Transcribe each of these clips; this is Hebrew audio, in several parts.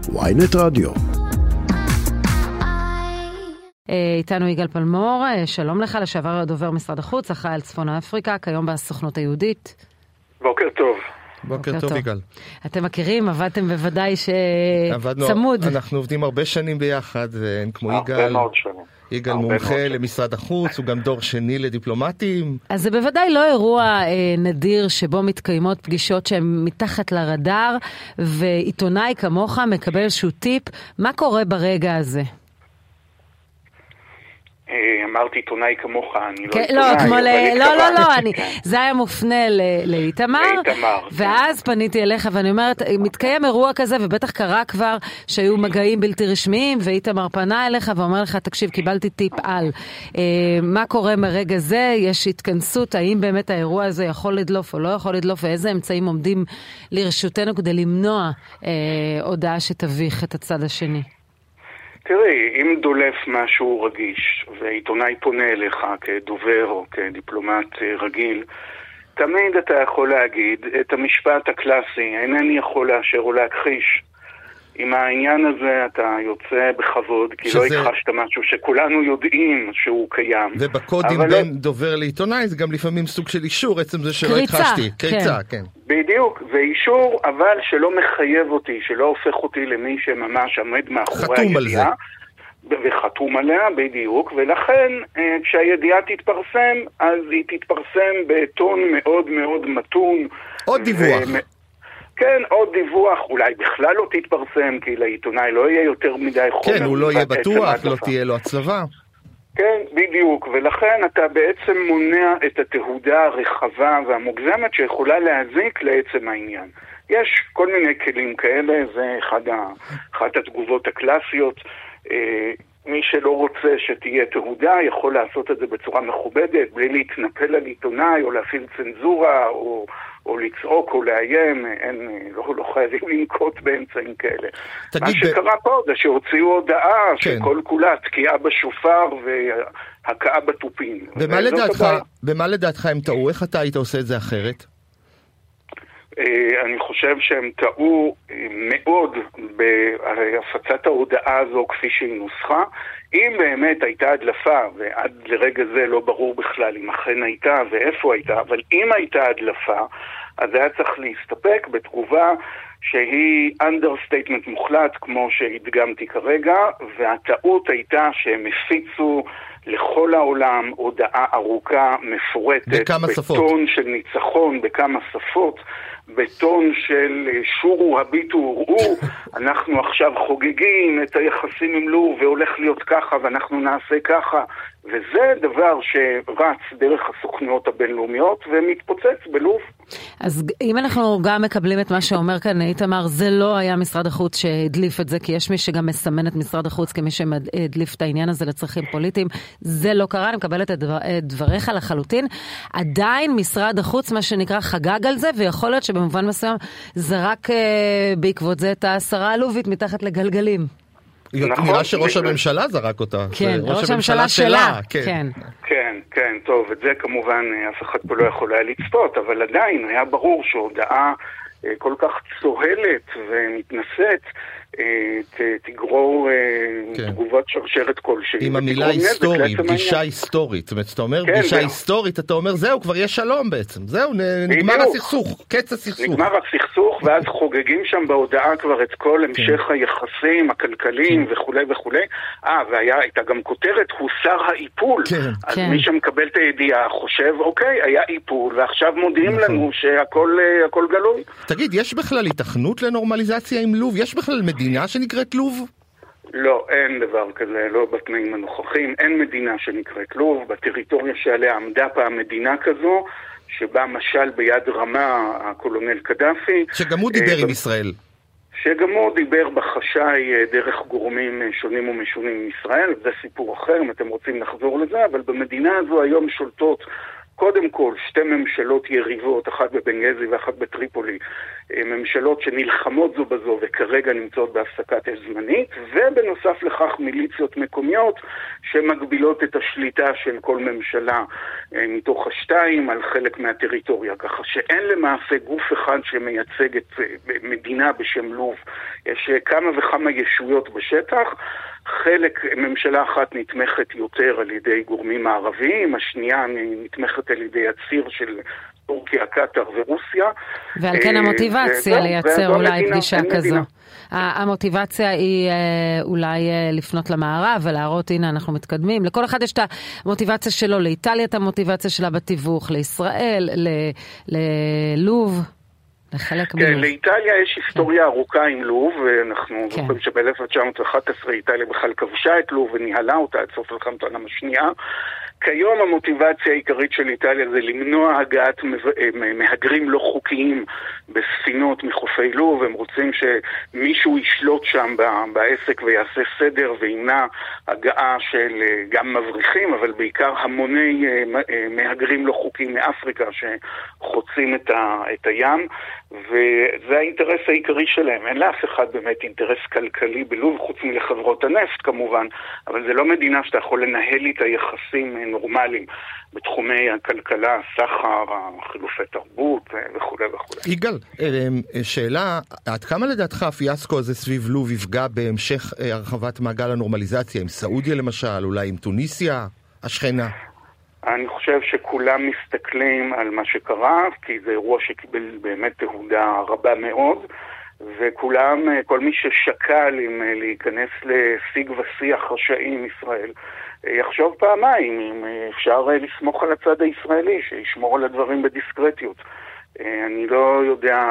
ynet רדיו. איתנו יגאל פלמור, שלום לך, לשעבר דובר משרד החוץ, אחראי על צפון אפריקה, כיום בסוכנות היהודית. בוקר טוב. בוקר טוב יגאל. אתם מכירים, עבדתם בוודאי שצמוד. אנחנו עובדים הרבה שנים ביחד, ואין כמו יגאל. הרבה מאוד שנים. יגאל מומחה למשרד החוץ, הוא גם דור שני לדיפלומטים. אז זה בוודאי לא אירוע נדיר שבו מתקיימות פגישות שהן מתחת לרדאר, ועיתונאי כמוך מקבל איזשהו טיפ. מה קורה ברגע הזה? אמרתי עיתונאי כמוך, אני לא עיתונאי. לא, זה היה מופנה לאיתמר, ואז פניתי אליך ואני אומרת, מתקיים אירוע כזה, ובטח קרה כבר שהיו מגעים בלתי רשמיים, ואיתמר פנה אליך ואומר לך, תקשיב, קיבלתי טיפ על מה קורה מרגע זה, יש התכנסות, האם באמת האירוע הזה יכול לדלוף או לא יכול לדלוף, ואיזה אמצעים עומדים לרשותנו כדי למנוע הודעה שתביך את הצד השני. תראי, אם דולף משהו רגיש, ועיתונאי פונה אליך כדובר או כדיפלומט רגיל, תמיד אתה יכול להגיד את המשפט הקלאסי, אינני יכול לאשר או להכחיש. עם העניין הזה אתה יוצא בכבוד, כי לא הכחשת משהו שכולנו יודעים שהוא קיים. ובקודים בין דובר לעיתונאי זה גם לפעמים סוג של אישור, עצם זה שלא הכחשתי. קריצה, כן. בדיוק, ואישור, אבל שלא מחייב אותי, שלא הופך אותי למי שממש עמד מאחורי הידיעה. וחתום עליה, בדיוק, ולכן כשהידיעה תתפרסם, אז היא תתפרסם בטון מאוד מאוד מתון. עוד דיווח. כן, עוד דיווח, אולי בכלל לא תתפרסם, כי לעיתונאי לא יהיה יותר מדי חומר. כן, הוא לא יהיה בטוח, לא תהיה לו הצלבה. כן, בדיוק, ולכן אתה בעצם מונע את התהודה הרחבה והמוגזמת שיכולה להזיק לעצם העניין. יש כל מיני כלים כאלה, זה אחת התגובות הקלאסיות. מי שלא רוצה שתהיה תהודה יכול לעשות את זה בצורה מכובדת, בלי להתנפל על עיתונאי או להפעיל צנזורה או לצעוק או לאיים, לא חייבים לנקוט באמצעים כאלה. מה שקרה פה זה שהוציאו הודעה שכל כולה תקיעה בשופר והקעה בטופין. במה לדעתך הם טעו? איך אתה היית עושה את זה אחרת? אני חושב שהם טעו מאוד בהפצת ההודעה הזו כפי שהיא נוסחה. אם באמת הייתה הדלפה, ועד לרגע זה לא ברור בכלל אם אכן הייתה ואיפה הייתה, אבל אם הייתה הדלפה, אז היה צריך להסתפק בתגובה שהיא understatement מוחלט, כמו שהדגמתי כרגע, והטעות הייתה שהם הפיצו לכל העולם הודעה ארוכה, מפורטת, בטון של ניצחון, בכמה שפות, בטון של שורו הביטו וראו, אנחנו עכשיו חוגגים את היחסים עם לוב והולך להיות ככה ואנחנו נעשה ככה, וזה דבר שרץ דרך הסוכנויות הבינלאומיות ומתפוצץ בלוב. אז אם אנחנו גם מקבלים את מה שאומר כאן איתמר, זה לא היה משרד החוץ שהדליף את זה, כי יש מי שגם מסמן את משרד החוץ כמי שהדליף את העניין הזה לצרכים פוליטיים. זה לא קרה, אני מקבלת את דבריך לחלוטין. עדיין משרד החוץ, מה שנקרא, חגג על זה, ויכול להיות שבמובן מסוים זרק בעקבות זה את השרה הלובית מתחת לגלגלים. נראה שראש הממשלה זרק אותה. כן, ראש הממשלה שלה. כן, טוב, את זה כמובן אף אחד פה לא יכול היה לצפות, אבל עדיין היה ברור שהודעה כל כך צוהלת ומתנשאת תגרור תגובת שרשרת כלשהי. עם המילה היסטורי, פגישה היסטורית. זאת אומרת, אתה אומר פגישה היסטורית, אתה אומר זהו, כבר יש שלום בעצם. זהו, נגמר הסכסוך, קץ הסכסוך. נגמר הסכסוך, ואז חוגגים שם בהודעה כבר את כל המשך היחסים הכלכליים וכו' וכו'. והייתה גם כותרת, הוסר האיפול. אז מי שמקבל את הידיעה חושב, אוקיי, היה איפול, ועכשיו מודיעים לנו שהכל גלוי. תגיד, יש בכלל התכנות לנורמליזציה עם לוב? יש בכלל מדינה שנקראת לוב? לא, אין דבר כזה, לא בתנאים הנוכחים. אין מדינה שנקראת לוב. בטריטוריה שעליה עמדה פעם מדינה כזו, שבה משל ביד רמה הקולונל קדאפי. שגם הוא דיבר עם ישראל. שגם הוא דיבר בחשאי דרך גורמים שונים ומשונים עם ישראל. זה סיפור אחר, אם אתם רוצים לחזור לזה, אבל במדינה הזו היום שולטות קודם כל שתי ממשלות יריבות, אחת בבנגזי ואחת בטריפולי, ממשלות שנלחמות זו בזו וכרגע נמצאות בהפסקת אש זמנית, ובנוסף לכך מיליציות מקומיות שמגבילות את השליטה של כל ממשלה מתוך השתיים על חלק מהטריטוריה, ככה שאין למעשה גוף אחד שמייצג את מדינה בשם לוב. יש כמה וכמה ישויות בשטח, ממשלה אחת נתמכת יותר על ידי גורמים הערביים, השנייה נתמכת על ידי הציר של טורקיה, קטר ורוסיה. ועל כן המוטיבציה לייצר אולי פגישה כזו. המוטיבציה היא אולי לפנות למערב ולהראות, הנה אנחנו מתקדמים. לכל אחד יש את המוטיבציה שלו, לאיטליה את המוטיבציה שלה בתיווך, לישראל, ללוב. כן, לאיטליה יש היסטוריה ארוכה עם לוב, ואנחנו זוכרים שב-1911 איטליה בכלל כבשה את לוב וניהלה אותה עד סוף מלחמת העולם השנייה. כיום המוטיבציה העיקרית של איטליה זה למנוע הגעת מהגרים לא חוקיים בספינות מחופי לוב. הם רוצים שמישהו ישלוט שם בעסק ויעשה סדר וימנע הגעה של גם מבריחים, אבל בעיקר המוני מהגרים לא חוקיים מאפריקה שחוצים את הים, וזה האינטרס העיקרי שלהם. אין לאף אחד באמת אינטרס כלכלי בלוב, חוץ מלחברות הנפט כמובן, אבל זה לא מדינה שאתה יכול לנהל איתה יחסים נורמליים בתחומי הכלכלה, סחר, חילופי תרבות וכו' וכו'. יגאל, שאלה, עד כמה לדעתך הפיאסקו הזה סביב לוב יפגע בהמשך הרחבת מעגל הנורמליזציה עם סעודיה למשל, אולי עם טוניסיה, השכנה? אני חושב שכולם מסתכלים על מה שקרה, כי זה אירוע שקיבל באמת תהודה רבה מאוד, וכולם, כל מי ששקל אם להיכנס לשיג ושיח רשעי עם ישראל, יחשוב פעמיים אם אפשר לסמוך על הצד הישראלי, שישמור על הדברים בדיסקרטיות. אני לא יודע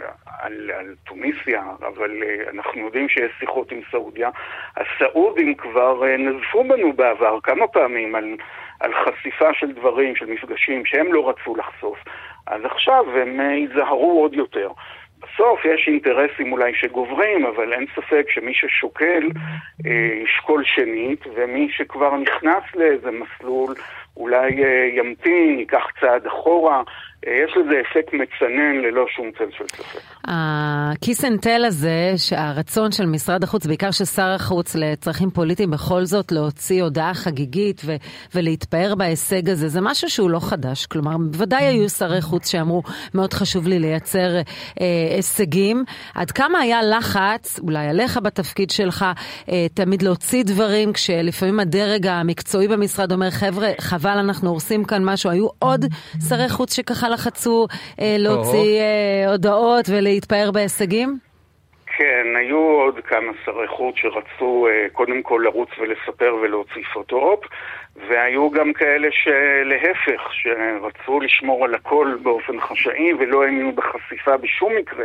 על טוניסיה, אבל אנחנו יודעים שיש שיחות עם סעודיה. הסעודים כבר נזפו בנו בעבר כמה פעמים על חשיפה של דברים, של מפגשים שהם לא רצו לחשוף. אז עכשיו הם ייזהרו עוד יותר. בסוף יש אינטרסים אולי שגוברים, אבל אין ספק שמי ששוקל ישקול שנית, ומי שכבר נכנס לאיזה מסלול אולי ימתין, ייקח צעד אחורה. יש לזה אפקט מצנן ללא שום צל של ספק. הכיס אנד טל הזה, שהרצון של משרד החוץ, בעיקר של שר החוץ לצרכים פוליטיים, בכל זאת להוציא הודעה חגיגית ולהתפאר בהישג הזה, זה משהו שהוא לא חדש. כלומר, בוודאי היו שרי חוץ שאמרו, מאוד חשוב לי לייצר הישגים. עד כמה היה לחץ, אולי עליך בתפקיד שלך, תמיד להוציא דברים, כשלפעמים הדרג המקצועי במשרד אומר, חבר'ה, חבל, אנחנו הורסים כאן משהו. היו עוד שרי חוץ שככה לחצו להוציא הודעות ולהתפאר בהישגים? כן, היו עוד כמה שרי חוץ שרצו קודם כל לרוץ ולספר ולהוציא פוטו-אופ, והיו גם כאלה שלהפך, שרצו לשמור על הכל באופן חשאי ולא האמינו בחשיפה בשום מקרה.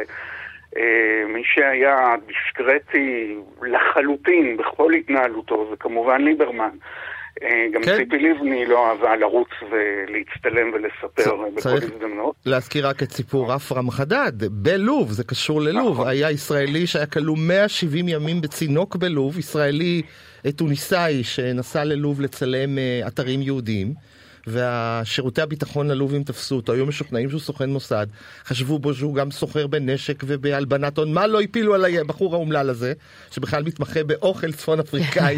מי שהיה דיסקרטי לחלוטין בכל התנהלותו זה כמובן ליברמן. גם ציפי לבני לא אהבה לרוץ ולהצטלם ולספר בכל הזדמנות. להזכיר רק את סיפור אפרם חדד בלוב, זה קשור ללוב. היה ישראלי שהיה כלוא 170 ימים בצינוק בלוב, ישראלי טוניסאי שנסע ללוב לצלם אתרים יהודיים, והשירותי הביטחון ללובים תפסו אותו, היו משוכנעים שהוא סוכן מוסד, חשבו בו שהוא גם סוחר בנשק ובהלבנת הון, מה לא הפילו על הבחור האומלל הזה, שבכלל מתמחה באוכל צפון אפריקאי,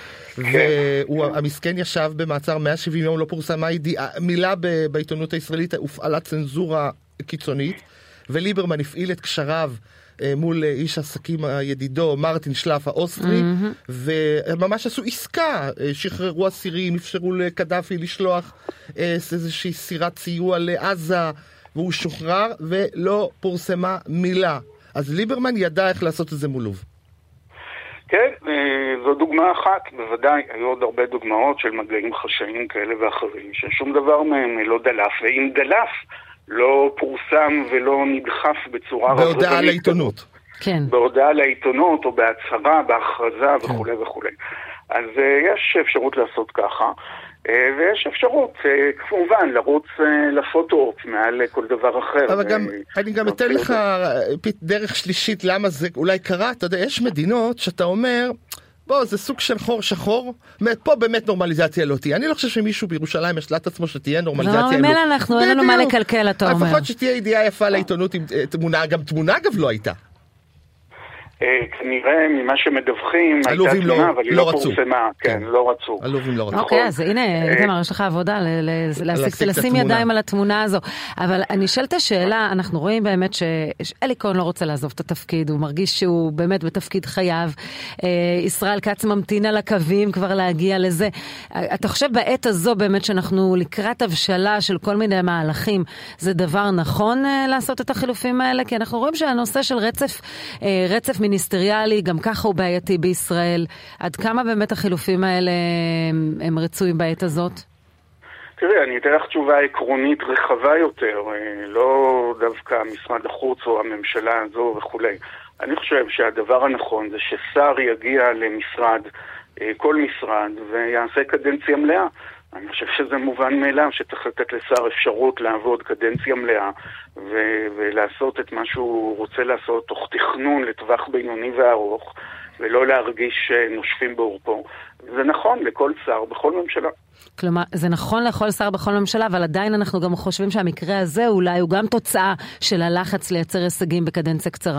והמסכן ישב במעצר 170 יום, לא פורסמה מילה בעיתונות הישראלית, הופעלה צנזורה קיצונית, וליברמן הפעיל את קשריו מול איש עסקים הידידו מרטין שלף האוסטרי, וממש עשו עסקה, שחררו אסירים, אפשרו לקדאפי לשלוח איזושהי סירת סיוע לעזה, והוא שוחרר ולא פורסמה מילה. אז ליברמן ידע איך לעשות את זה מול לוב. כן, זו דוגמה אחת, בוודאי היו עוד הרבה דוגמאות של מגעים חשאיים כאלה ואחרים, ששום דבר מהם לא דלף, ואם דלף לא פורסם ולא נדחף בצורה בהודעה לעיתונות. כן. בהודעה לעיתונות או בהצהרה, בהכרזה וכו' וכו'. אז יש אפשרות לעשות ככה, ויש אפשרות כמובן לרוץ לפוטו-אופ מעל כל דבר אחר. אבל גם, אני גם אתן לך דרך שלישית למה זה אולי קרה. אתה יודע, יש מדינות שאתה אומר, בוא, זה סוג של חור שחור, פה באמת נורמליזציה לא תהיה. אני לא חושב שמישהו בירושלים ישלה את עצמו שתהיה נורמליזציה. לא, ממילא אנחנו, אין לנו מה לקלקל, אתה אומר. לפחות שתהיה ידיעה יפה לעיתונות עם תמונה, גם תמונה אגב לא הייתה. כנראה ממה שמדווחים הייתה תמונה, אבל היא לא פורסמה, כן, לא רצו. הלובים לא רצו. אוקיי, אז הנה, איתמר, יש לך עבודה לשים ידיים על התמונה הזו. אבל אני אשאל את השאלה, אנחנו רואים באמת שאלי כהן לא רוצה לעזוב את התפקיד, הוא מרגיש שהוא באמת בתפקיד חייו, ישראל כץ ממתין על הקווים כבר להגיע לזה. אתה חושב בעת הזו באמת שאנחנו לקראת הבשלה של כל מיני מהלכים, זה דבר נכון לעשות את החילופים האלה? כי אנחנו רואים שהנושא של רצף מיניסטריאלי, גם ככה הוא בעייתי בישראל. עד כמה באמת החילופים האלה הם רצויים בעת הזאת? תראה, אני אתן לך תשובה עקרונית רחבה יותר, לא דווקא משרד החוץ או הממשלה הזו וכולי. אני חושב שהדבר הנכון זה ששר יגיע למשרד, כל משרד, ויעשה קדנציה מלאה. אני חושב שזה מובן מאליו שצריך לתת לשר אפשרות לעבוד קדנציה מלאה ולעשות את מה שהוא רוצה לעשות תוך תכנון לטווח בינוני וארוך ולא להרגיש נושפים בעורפו. זה נכון לכל שר בכל ממשלה. כלומר, זה נכון לכל שר בכל ממשלה, אבל עדיין אנחנו גם חושבים שהמקרה הזה אולי הוא גם תוצאה של הלחץ לייצר הישגים בקדנציה קצרה.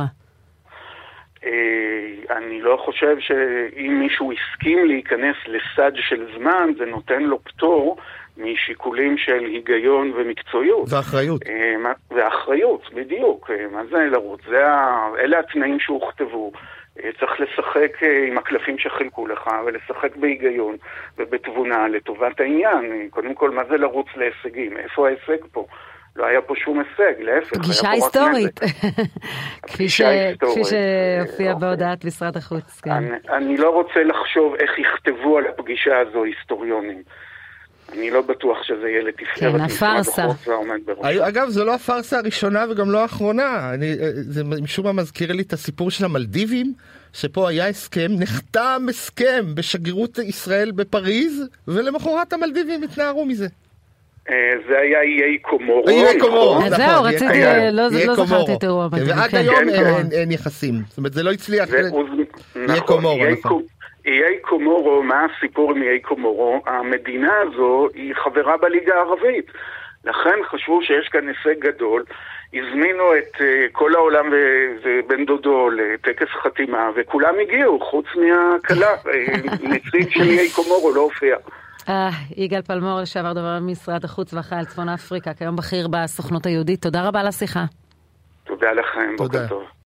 אני לא חושב שאם מישהו הסכים להיכנס לסד של זמן, זה נותן לו פטור משיקולים של היגיון ומקצועיות. ואחריות. ואחריות, בדיוק. מה זה לרוץ? אלה התנאים שהוכתבו. צריך לשחק עם הקלפים שחילקו לך, ולשחק בהיגיון ובתבונה לטובת העניין. קודם כל, מה זה לרוץ להישגים? איפה ההישג פה? לא היה פה שום הישג, להפך. פגישה היסטורית. כפי שהופיע בהודעת משרד החוץ. אני לא רוצה לחשוב איך יכתבו על הפגישה הזו היסטוריונים. אני לא בטוח שזה יהיה לתפארת משרד החוץ והעומד בראשו. אגב, זו לא הפרסה הראשונה וגם לא האחרונה. זה משום מה מזכיר לי את הסיפור של המלדיבים, שפה היה הסכם, נחתם הסכם בשגרירות ישראל בפריז, ולמחרת המלדיבים התנערו מזה. זה היה איי קומורו. איי קומורו, נכון. זהו, רציתי, לא זכרתי את אירוע. ועד היום אין יחסים. זאת אומרת, זה לא הצליח. איי קומורו, נכון. איי קומורו, מה הסיפור עם איי קומורו? המדינה הזו היא חברה בליגה הערבית. לכן חשבו שיש כאן הישג גדול. הזמינו את כל העולם ובן דודו לטקס חתימה, וכולם הגיעו, חוץ מהקלה. נציג של איי קומורו לא הופיע. יגאל פלמור, לשעבר דובר משרד החוץ ואחראי על צפון אפריקה, כיום בכיר בסוכנות היהודית. תודה רבה על השיחה. תודה לכם, בוקר טוב.